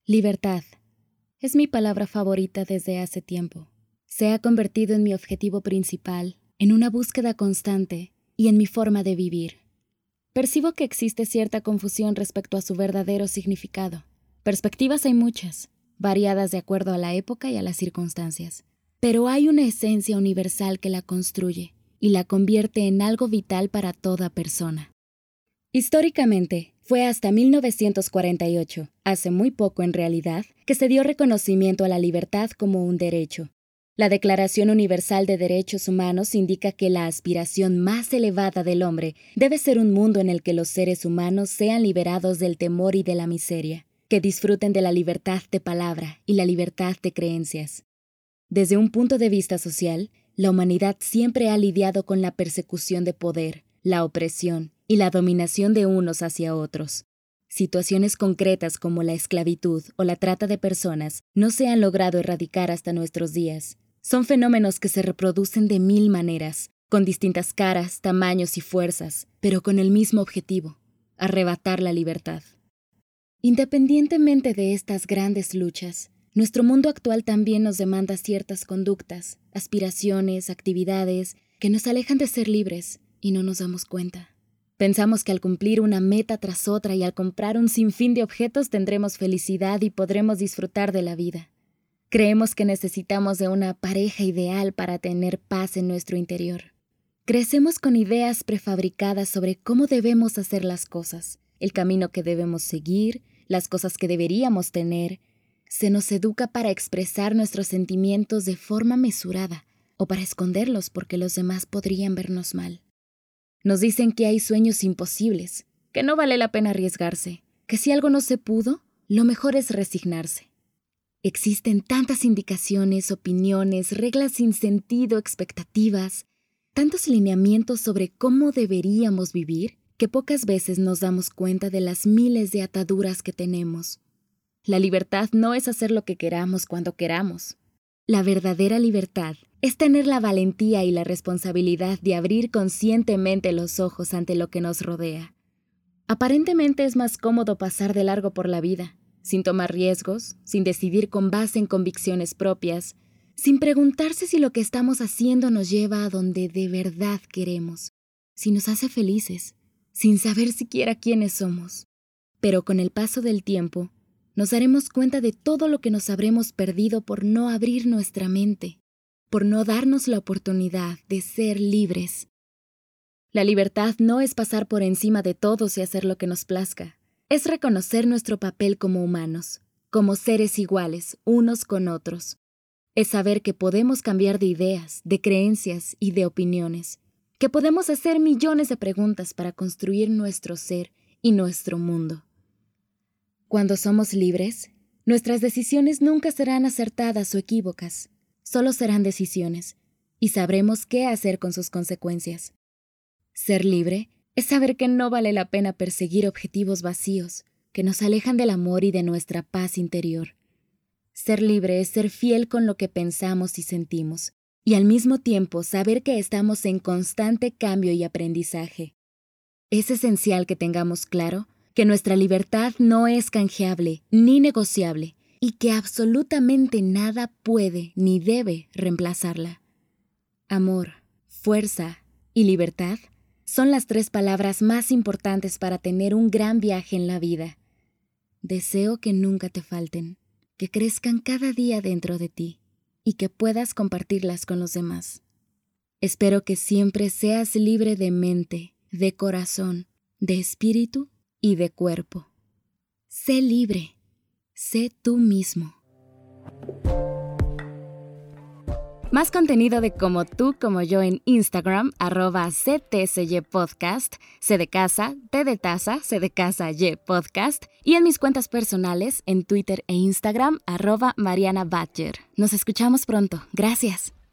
Libertad. Es mi palabra favorita desde hace tiempo. Se ha convertido en mi objetivo principal, en una búsqueda constante y en mi forma de vivir. Percibo que existe cierta confusión respecto a su verdadero significado. Perspectivas hay muchas, variadas de acuerdo a la época y a las circunstancias. Pero hay una esencia universal que la construye y la convierte en algo vital para toda persona. Históricamente, fue hasta 1948, hace muy poco en realidad, que se dio reconocimiento a la libertad como un derecho. La Declaración Universal de Derechos Humanos indica que la aspiración más elevada del hombre debe ser un mundo en el que los seres humanos sean liberados del temor y de la miseria, que disfruten de la libertad de palabra y la libertad de creencias. Desde un punto de vista social, la humanidad siempre ha lidiado con la persecución de poder, la opresión y la dominación de unos hacia otros. Situaciones concretas como la esclavitud o la trata de personas no se han logrado erradicar hasta nuestros días. Son fenómenos que se reproducen de mil maneras, con distintas caras, tamaños y fuerzas, pero con el mismo objetivo: arrebatar la libertad. Independientemente de estas grandes luchas, nuestro mundo actual también nos demanda ciertas conductas, aspiraciones, actividades que nos alejan de ser libres y no nos damos cuenta. Pensamos que al cumplir una meta tras otra y al comprar un sinfín de objetos tendremos felicidad y podremos disfrutar de la vida. Creemos que necesitamos de una pareja ideal para tener paz en nuestro interior. Crecemos con ideas prefabricadas sobre cómo debemos hacer las cosas, el camino que debemos seguir, las cosas que deberíamos tener. Se nos educa para expresar nuestros sentimientos de forma mesurada o para esconderlos porque los demás podrían vernos mal. Nos dicen que hay sueños imposibles, que no vale la pena arriesgarse, que si algo no se pudo, lo mejor es resignarse. Existen tantas indicaciones, opiniones, reglas sin sentido, expectativas, tantos lineamientos sobre cómo deberíamos vivir, que pocas veces nos damos cuenta de las miles de ataduras que tenemos. La libertad no es hacer lo que queramos cuando queramos. La verdadera libertad es tener la valentía y la responsabilidad de abrir conscientemente los ojos ante lo que nos rodea. Aparentemente es más cómodo pasar de largo por la vida, sin tomar riesgos, sin decidir con base en convicciones propias, sin preguntarse si lo que estamos haciendo nos lleva a donde de verdad queremos, si nos hace felices, sin saber siquiera quiénes somos. Pero con el paso del tiempo, nos daremos cuenta de todo lo que nos habremos perdido por no abrir nuestra mente, por no darnos la oportunidad de ser libres. La libertad no es pasar por encima de todos y hacer lo que nos plazca. Es reconocer nuestro papel como humanos, como seres iguales, unos con otros. Es saber que podemos cambiar de ideas, de creencias y de opiniones, que podemos hacer millones de preguntas para construir nuestro ser y nuestro mundo. Cuando somos libres, nuestras decisiones nunca serán acertadas o equívocas, solo serán decisiones, y sabremos qué hacer con sus consecuencias. Ser libre es saber que no vale la pena perseguir objetivos vacíos, que nos alejan del amor y de nuestra paz interior. Ser libre es ser fiel con lo que pensamos y sentimos, y al mismo tiempo saber que estamos en constante cambio y aprendizaje. Es esencial que tengamos claro que nuestra libertad no es canjeable ni negociable y que absolutamente nada puede ni debe reemplazarla. Amor, fuerza y libertad son las 3 palabras más importantes para tener un gran viaje en la vida. Deseo que nunca te falten, que crezcan cada día dentro de ti y que puedas compartirlas con los demás. Espero que siempre seas libre de mente, de corazón, de espíritu y de cuerpo. Sé libre, sé tú mismo. Más contenido de Como Tú, Como Yo en Instagram, @ctsypodcast, C de casa, T de taza, C de casa, Y podcast, y en mis cuentas personales en Twitter e Instagram, @MarianaBadger. Nos escuchamos pronto. Gracias.